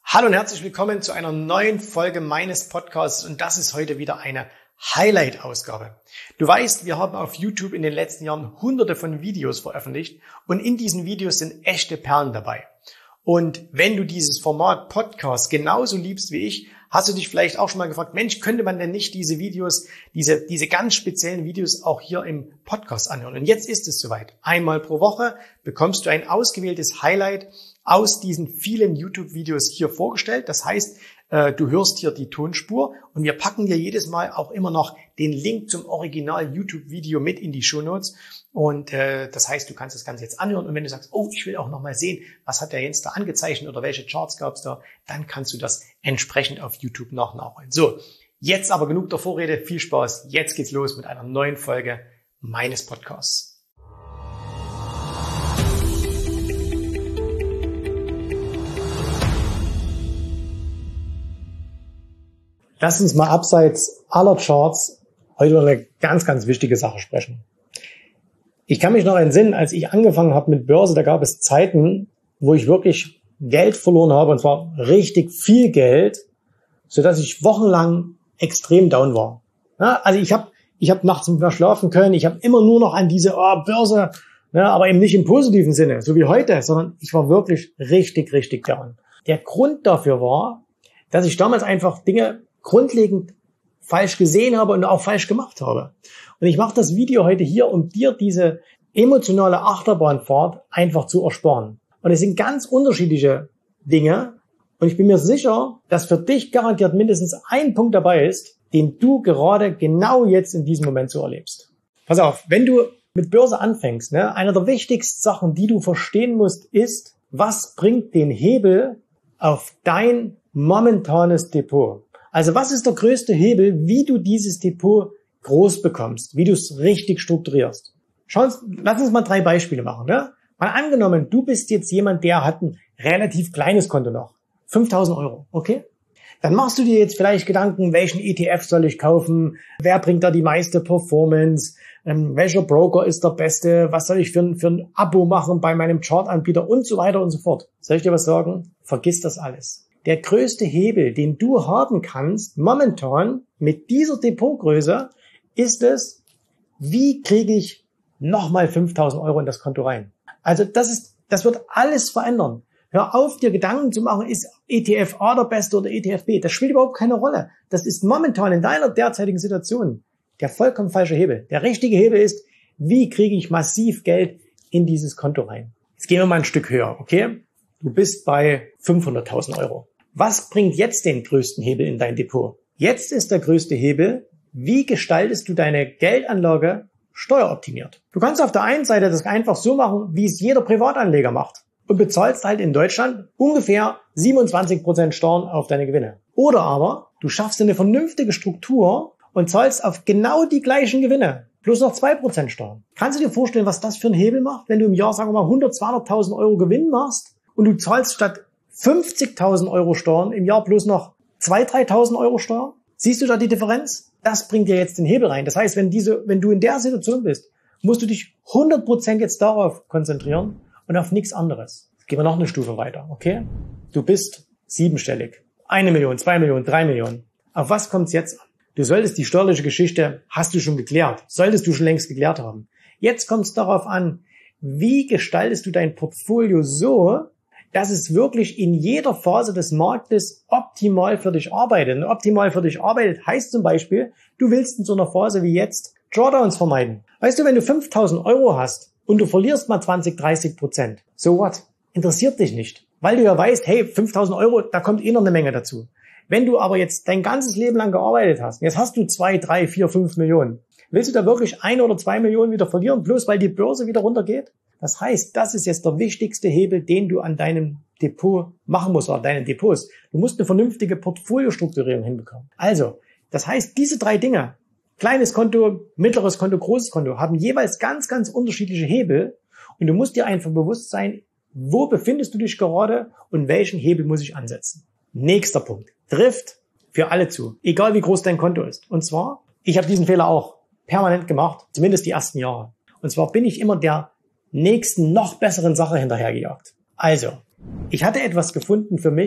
Hallo und herzlich willkommen zu einer neuen Folge meines Podcasts und das ist heute wieder eine Highlight-Ausgabe. Du weißt, wir haben auf YouTube in den letzten Jahren hunderte von Videos veröffentlicht und in diesen Videos sind echte Perlen dabei. Und wenn du dieses Format Podcast genauso liebst wie ich, hast du dich vielleicht auch schon mal gefragt, Mensch, könnte man denn nicht diese Videos, diese ganz speziellen Videos auch hier im Podcast anhören? Und jetzt ist es soweit. Einmal pro Woche bekommst du ein ausgewähltes Highlight aus diesen vielen YouTube-Videos hier vorgestellt. Das heißt, du hörst hier die Tonspur und wir packen dir jedes Mal auch immer noch den Link zum Original-YouTube-Video mit in die Shownotes. Und das heißt, du kannst das Ganze jetzt anhören und wenn du sagst, oh, ich will auch noch mal sehen, was hat der Jens da angezeichnet oder welche Charts gab es da, dann kannst du das entsprechend auf YouTube noch nachholen. So, jetzt aber genug der Vorrede, viel Spaß. Jetzt geht's los mit einer neuen Folge meines Podcasts. Lass uns mal abseits aller Charts heute über eine ganz, ganz wichtige Sache sprechen. Ich kann mich noch entsinnen, als ich angefangen habe mit Börse, da gab es Zeiten, wo ich wirklich Geld verloren habe, und zwar richtig viel Geld, sodass ich wochenlang extrem down war. Ja, also ich hab nachts nicht mehr schlafen können, ich habe immer nur noch an diese Börse, aber eben nicht im positiven Sinne, so wie heute, sondern ich war wirklich richtig, richtig down. Der Grund dafür war, dass ich damals einfach Dinge grundlegend falsch gesehen habe und auch falsch gemacht habe. Und ich mache das Video heute hier, um dir diese emotionale Achterbahnfahrt einfach zu ersparen. Und es sind ganz unterschiedliche Dinge. Und ich bin mir sicher, dass für dich garantiert mindestens ein Punkt dabei ist, den du gerade genau jetzt in diesem Moment so erlebst. Pass auf, wenn du mit Börse anfängst, eine der wichtigsten Sachen, die du verstehen musst, ist, was bringt den Hebel auf dein momentanes Depot? Also was ist der größte Hebel, wie du dieses Depot groß bekommst, wie du es richtig strukturierst? Lass uns mal 3 Beispiele machen. Mal angenommen, du bist jetzt jemand, der hat ein relativ kleines Konto noch. 5.000 Euro, okay? Dann machst du dir jetzt vielleicht Gedanken, welchen ETF soll ich kaufen? Wer bringt da die meiste Performance? Welcher Broker ist der beste? Was soll ich für ein Abo machen bei meinem Chartanbieter? Und so weiter und so fort. Soll ich dir was sagen? Vergiss das alles. Der größte Hebel, den du haben kannst, momentan mit dieser Depotgröße, ist es, wie kriege ich nochmal 5.000 Euro in das Konto rein? Also das wird alles verändern. Hör auf, dir Gedanken zu machen, ist ETF A der beste oder ETF B. Das spielt überhaupt keine Rolle. Das ist momentan in deiner derzeitigen Situation der vollkommen falsche Hebel. Der richtige Hebel ist, wie kriege ich massiv Geld in dieses Konto rein? Jetzt gehen wir mal ein Stück höher, okay? Du bist bei 500.000 Euro. Was bringt jetzt den größten Hebel in dein Depot? Jetzt ist der größte Hebel, wie gestaltest du deine Geldanlage steueroptimiert? Du kannst auf der einen Seite das einfach so machen, wie es jeder Privatanleger macht und bezahlst halt in Deutschland ungefähr 27% Steuern auf deine Gewinne. Oder aber du schaffst eine vernünftige Struktur und zahlst auf genau die gleichen Gewinne plus noch 2% Steuern. Kannst du dir vorstellen, was das für einen Hebel macht, wenn du im Jahr, sagen wir mal, 100.000, 200.000 Euro Gewinn machst und du zahlst statt 50.000 Euro Steuern im Jahr plus noch 2.000, 3.000 Euro Steuern? Siehst du da die Differenz? Das bringt dir jetzt den Hebel rein. Das heißt, wenn du in der Situation bist, musst du dich 100% jetzt darauf konzentrieren und auf nichts anderes. Jetzt gehen wir noch eine Stufe weiter, okay? Du bist siebenstellig. 1 Million, 2 Millionen, 3 Millionen. Auf was kommt es jetzt an? Du solltest die steuerliche Geschichte, hast du schon geklärt. Solltest du schon längst geklärt haben. Jetzt kommt es darauf an, wie gestaltest du dein Portfolio so, dass es wirklich in jeder Phase des Marktes optimal für dich arbeitet. Und optimal für dich arbeitet heißt zum Beispiel, du willst in so einer Phase wie jetzt Drawdowns vermeiden. Weißt du, wenn du 5.000 Euro hast und du verlierst mal 20-30%, so what? Interessiert dich nicht. Weil du ja weißt, hey, 5.000 Euro, da kommt noch eine Menge dazu. Wenn du aber jetzt dein ganzes Leben lang gearbeitet hast, jetzt hast du 2, 3, 4, 5 Millionen, willst du da wirklich 1 oder 2 Millionen wieder verlieren, bloß weil die Börse wieder runtergeht? Das heißt, das ist jetzt der wichtigste Hebel, den du an deinem Depot machen musst, oder deinen Depots. Du musst eine vernünftige Portfoliostrukturierung hinbekommen. Also, das heißt, diese 3 Dinge, kleines Konto, mittleres Konto, großes Konto, haben jeweils ganz, ganz unterschiedliche Hebel. Und du musst dir einfach bewusst sein, wo befindest du dich gerade und welchen Hebel muss ich ansetzen. Nächster Punkt. Trifft für alle zu, egal wie groß dein Konto ist. Und zwar, ich habe diesen Fehler auch permanent gemacht, zumindest die ersten Jahre. Und zwar bin ich immer der nächsten, noch besseren Sache hinterhergejagt. Also, ich hatte etwas gefunden für mich,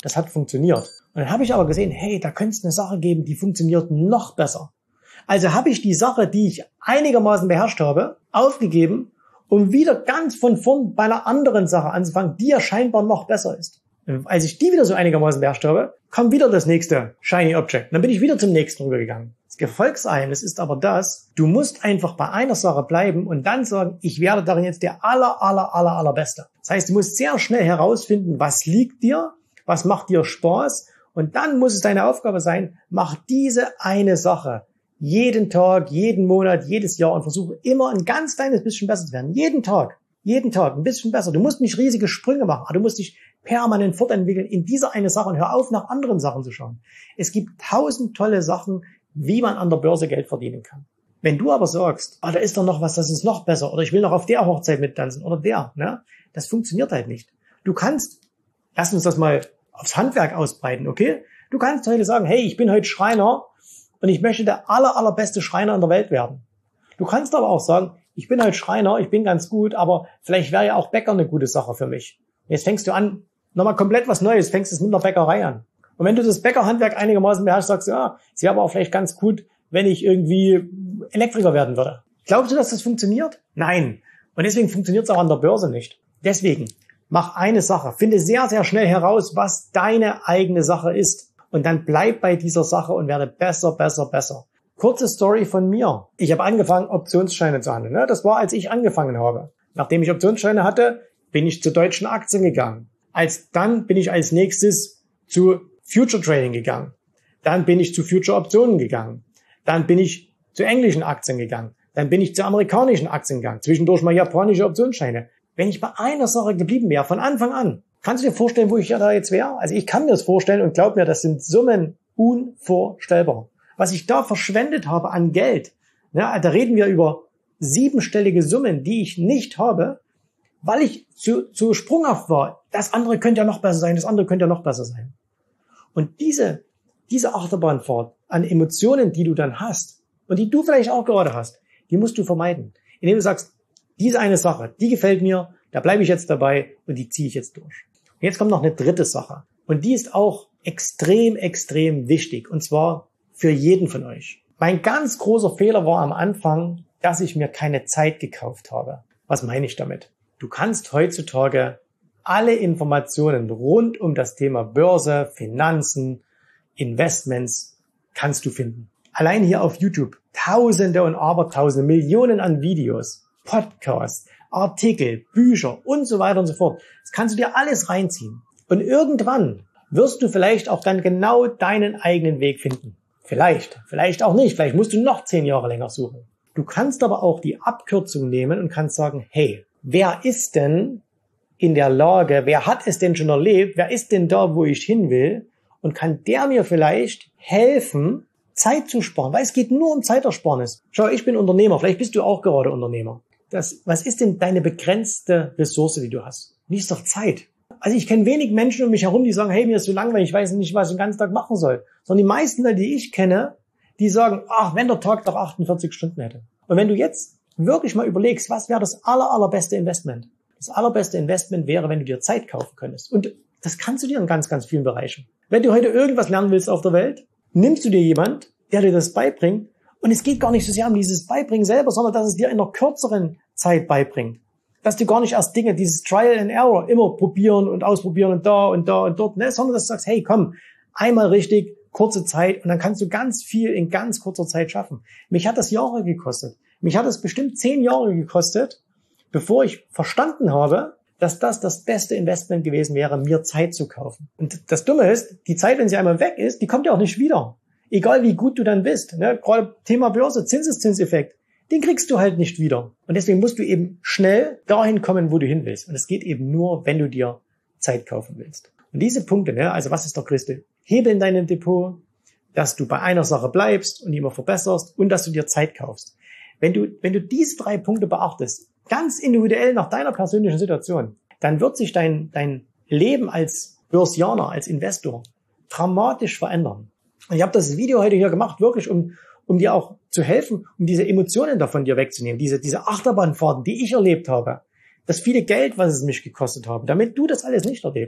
Das hat funktioniert. Und dann habe ich aber gesehen, hey, da könnte es eine Sache geben, die funktioniert noch besser. Also habe ich die Sache, die ich einigermaßen beherrscht habe, aufgegeben, um wieder ganz von vorn bei einer anderen Sache anzufangen, die ja scheinbar noch besser ist. Und als ich die wieder so einigermaßen beherrscht habe, kam wieder das nächste Shiny Object. Und dann bin ich wieder zum nächsten rübergegangen. Das Erfolgsgeheimnis ist aber das, du musst einfach bei einer Sache bleiben und dann sagen, ich werde darin jetzt der allerbeste. Das heißt, du musst sehr schnell herausfinden, was liegt dir, was macht dir Spaß und dann muss es deine Aufgabe sein, mach diese eine Sache jeden Tag, jeden Monat, jedes Jahr und versuche immer ein ganz kleines bisschen besser zu werden. Jeden Tag ein bisschen besser. Du musst nicht riesige Sprünge machen, aber du musst dich permanent fortentwickeln in dieser eine Sache und hör auf, nach anderen Sachen zu schauen. Es gibt 1000 tolle Sachen, wie man an der Börse Geld verdienen kann. Wenn du aber sagst, da ist doch noch was, das ist noch besser oder ich will noch auf der Hochzeit mittanzen oder ne? Das funktioniert halt nicht. Du kannst, lass uns das mal aufs Handwerk ausbreiten, okay? Du kannst heute sagen, hey, ich bin heute Schreiner und ich möchte der allerbeste Schreiner in der Welt werden. Du kannst aber auch sagen, ich bin halt Schreiner, ich bin ganz gut, aber vielleicht wäre ja auch Bäcker eine gute Sache für mich. Jetzt fängst du an, nochmal komplett was Neues, fängst es mit einer Bäckerei an. Und wenn du das Bäckerhandwerk einigermaßen beherrschst, sagst du, ja, es wäre aber auch vielleicht ganz gut, wenn ich irgendwie Elektriker werden würde. Glaubst du, dass das funktioniert? Nein. Und deswegen funktioniert es auch an der Börse nicht. Deswegen, mach eine Sache. Finde sehr, sehr schnell heraus, was deine eigene Sache ist. Und dann bleib bei dieser Sache und werde besser. Kurze Story von mir. Ich habe angefangen, Optionsscheine zu handeln. Das war, als ich angefangen habe. Nachdem ich Optionsscheine hatte, bin ich zu deutschen Aktien gegangen. Dann bin ich als nächstes zu Future Trading gegangen. Dann bin ich zu Future Optionen gegangen. Dann bin ich zu englischen Aktien gegangen. Dann bin ich zu amerikanischen Aktien gegangen. Zwischendurch mal japanische Optionsscheine. Wenn ich bei einer Sache geblieben wäre, von Anfang an, kannst du dir vorstellen, wo ich ja da jetzt wäre? Also ich kann mir das vorstellen und glaub mir, das sind Summen unvorstellbar. Was ich da verschwendet habe an Geld, da reden wir über 7-stellige Summen, die ich nicht habe, weil ich zu sprunghaft war. Das andere könnte ja noch besser sein, das andere könnte ja noch besser sein. Und diese Achterbahnfahrt an Emotionen, die du dann hast und die du vielleicht auch gerade hast, die musst du vermeiden. Indem du sagst, diese eine Sache, die gefällt mir, da bleibe ich jetzt dabei und die ziehe ich jetzt durch. Und jetzt kommt noch eine dritte Sache. Und die ist auch extrem wichtig. Und zwar für jeden von euch. Mein ganz großer Fehler war am Anfang, dass ich mir keine Zeit gekauft habe. Was meine ich damit? Du kannst heutzutage alle Informationen rund um das Thema Börse, Finanzen, Investments kannst du finden. Allein hier auf YouTube Tausende und Abertausende, Millionen an Videos, Podcasts, Artikel, Bücher und so weiter und so fort. Das kannst du dir alles reinziehen. Und irgendwann wirst du vielleicht auch dann genau deinen eigenen Weg finden. Vielleicht auch nicht. Vielleicht musst du noch 10 Jahre länger suchen. Du kannst aber auch die Abkürzung nehmen und kannst sagen, hey, wer ist denn in der Lage, wer hat es denn schon erlebt, wer ist denn da, wo ich hin will und kann der mir vielleicht helfen, Zeit zu sparen, weil es geht nur um Zeitersparnis. Schau, ich bin Unternehmer, vielleicht bist du auch gerade Unternehmer. Was ist denn deine begrenzte Ressource, die du hast? Die ist doch Zeit. Also ich kenne wenig Menschen um mich herum, die sagen, hey, mir ist so langweilig, ich weiß nicht, was ich den ganzen Tag machen soll. Sondern die meisten, die ich kenne, die sagen, wenn der Tag doch 48 Stunden hätte. Und wenn du jetzt wirklich mal überlegst, was wäre das allerbeste Investment? Das allerbeste Investment wäre, wenn du dir Zeit kaufen könntest. Und das kannst du dir in ganz vielen Bereichen. Wenn du heute irgendwas lernen willst auf der Welt, nimmst du dir jemand, der dir das beibringt. Und es geht gar nicht so sehr um dieses Beibringen selber, sondern dass es dir in einer kürzeren Zeit beibringt. Dass du gar nicht erst Dinge, dieses Trial and Error, immer probieren und ausprobieren und da und dort, sondern dass du sagst, hey, komm, einmal richtig, kurze Zeit und dann kannst du ganz viel in ganz kurzer Zeit schaffen. Mich hat das Jahre gekostet. Mich hat es bestimmt 10 Jahre gekostet, bevor ich verstanden habe, dass das beste Investment gewesen wäre, mir Zeit zu kaufen. Und das Dumme ist, die Zeit, wenn sie einmal weg ist, die kommt ja auch nicht wieder. Egal wie gut du dann bist. Gerade Thema Börse, Zinseszinseffekt, den kriegst du halt nicht wieder. Und deswegen musst du eben schnell dahin kommen, wo du hin willst. Und es geht eben nur, wenn du dir Zeit kaufen willst. Und diese Punkte, also was ist der größte Hebel in deinem Depot? Dass du bei einer Sache bleibst und die immer verbesserst und dass du dir Zeit kaufst. Wenn du diese 3 Punkte beachtest, ganz individuell nach deiner persönlichen Situation, dann wird sich dein Leben als Börsianer, als Investor dramatisch verändern. Und ich habe das Video heute hier gemacht, wirklich um dir auch zu helfen, um diese Emotionen davon dir wegzunehmen, diese Achterbahnfahrten, die ich erlebt habe, das viele Geld, was es mich gekostet hat, damit du das alles nicht erlebst.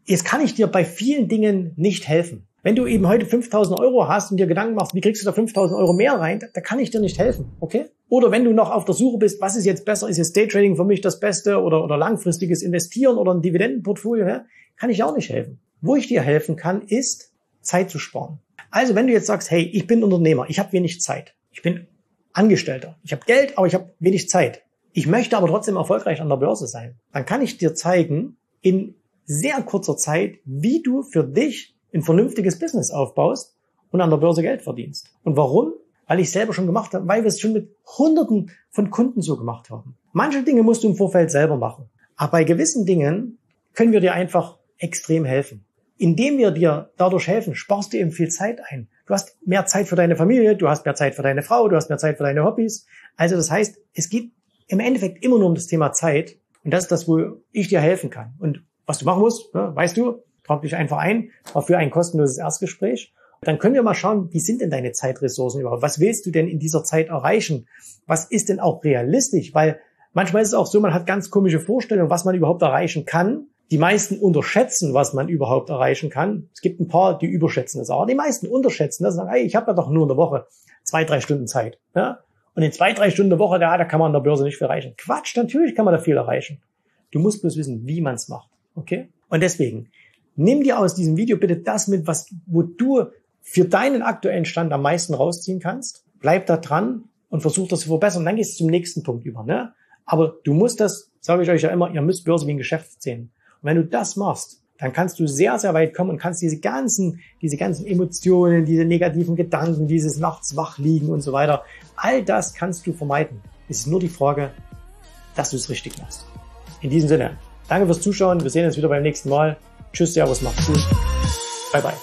Jetzt kann ich dir bei vielen Dingen nicht helfen. Wenn du eben heute 5.000 Euro hast und dir Gedanken machst, wie kriegst du da 5.000 Euro mehr rein, da kann ich dir nicht helfen, okay? Oder wenn du noch auf der Suche bist, was ist jetzt besser, ist jetzt Daytrading für mich das Beste oder langfristiges Investieren oder ein Dividendenportfolio, ja? Kann ich auch nicht helfen. Wo ich dir helfen kann, ist Zeit zu sparen. Also wenn du jetzt sagst, hey, ich bin Unternehmer, ich habe wenig Zeit, ich bin Angestellter, ich habe Geld, aber ich habe wenig Zeit. Ich möchte aber trotzdem erfolgreich an der Börse sein. Dann kann ich dir zeigen, in sehr kurzer Zeit, wie du für dich ein vernünftiges Business aufbaust und an der Börse Geld verdienst. Und warum? Weil ich selber schon gemacht habe, weil wir es schon mit Hunderten von Kunden so gemacht haben. Manche Dinge musst du im Vorfeld selber machen. Aber bei gewissen Dingen können wir dir einfach extrem helfen. Indem wir dir dadurch helfen, sparst du eben viel Zeit ein. Du hast mehr Zeit für deine Familie, du hast mehr Zeit für deine Frau, du hast mehr Zeit für deine Hobbys. Also das heißt, es geht im Endeffekt immer nur um das Thema Zeit. Und das ist das, wo ich dir helfen kann. Und was du machen musst, weißt du, trag dich einfach ein für ein kostenloses Erstgespräch. Dann können wir mal schauen, wie sind denn deine Zeitressourcen überhaupt? Was willst du denn in dieser Zeit erreichen? Was ist denn auch realistisch? Weil manchmal ist es auch so, man hat ganz komische Vorstellungen, was man überhaupt erreichen kann. Die meisten unterschätzen, was man überhaupt erreichen kann. Es gibt ein paar, die überschätzen das. Aber die meisten unterschätzen das und sagen, hey, ich habe ja doch nur in der Woche 2-3 Stunden Zeit. Ja? Und in 2-3 Stunden der Woche, da kann man an der Börse nicht viel erreichen. Quatsch, natürlich kann man da viel erreichen. Du musst bloß wissen, wie man es macht. Okay? Und deswegen, nimm dir aus diesem Video bitte das mit, wo du für deinen aktuellen Stand am meisten rausziehen kannst. Bleib da dran und versuch das zu verbessern. Und dann gehst du zum nächsten Punkt über. Ne? Aber du musst das, sage ich euch ja immer, ihr müsst Börse wie ein Geschäft sehen. Und wenn du das machst, dann kannst du sehr, sehr weit kommen und kannst diese ganzen Emotionen, diese negativen Gedanken, dieses nachts wach liegen und so weiter, all das kannst du vermeiden. Es ist nur die Frage, dass du es richtig machst. In diesem Sinne, danke fürs Zuschauen. Wir sehen uns wieder beim nächsten Mal. Tschüss, servus, macht's gut. Bye, bye.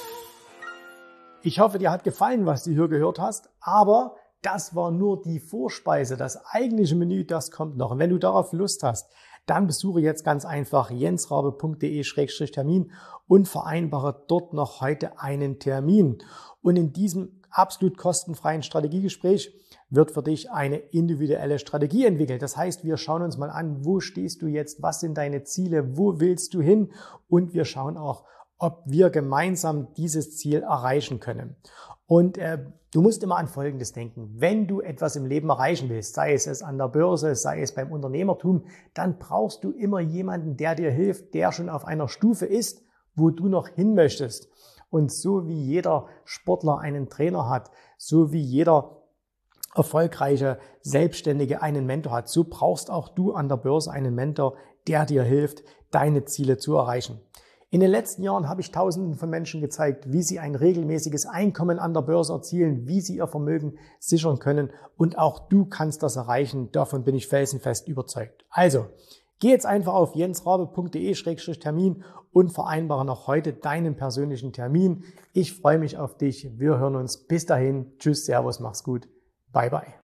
Ich hoffe, dir hat gefallen, was du hier gehört hast, aber das war nur die Vorspeise. Das eigentliche Menü, das kommt noch. Und wenn du darauf Lust hast, dann besuche jetzt ganz einfach jensrabe.de/Termin und vereinbare dort noch heute einen Termin. Und in diesem absolut kostenfreien Strategiegespräch wird für dich eine individuelle Strategie entwickelt. Das heißt, wir schauen uns mal an, wo stehst du jetzt, was sind deine Ziele, wo willst du hin, und wir schauen auch, ob wir gemeinsam dieses Ziel erreichen können. Und du musst immer an Folgendes denken. Wenn du etwas im Leben erreichen willst, sei es an der Börse, sei es beim Unternehmertum, dann brauchst du immer jemanden, der dir hilft, der schon auf einer Stufe ist, wo du noch hin möchtest. Und so wie jeder Sportler einen Trainer hat, so wie jeder erfolgreiche Selbstständige einen Mentor hat, so brauchst auch du an der Börse einen Mentor, der dir hilft, deine Ziele zu erreichen. In den letzten Jahren habe ich Tausenden von Menschen gezeigt, wie sie ein regelmäßiges Einkommen an der Börse erzielen, wie sie ihr Vermögen sichern können, und auch du kannst das erreichen. Davon bin ich felsenfest überzeugt. Also, geh jetzt einfach auf jensrabe.de/Termin und vereinbare noch heute deinen persönlichen Termin. Ich freue mich auf dich. Wir hören uns. Bis dahin. Tschüss, servus, mach's gut. Bye, bye.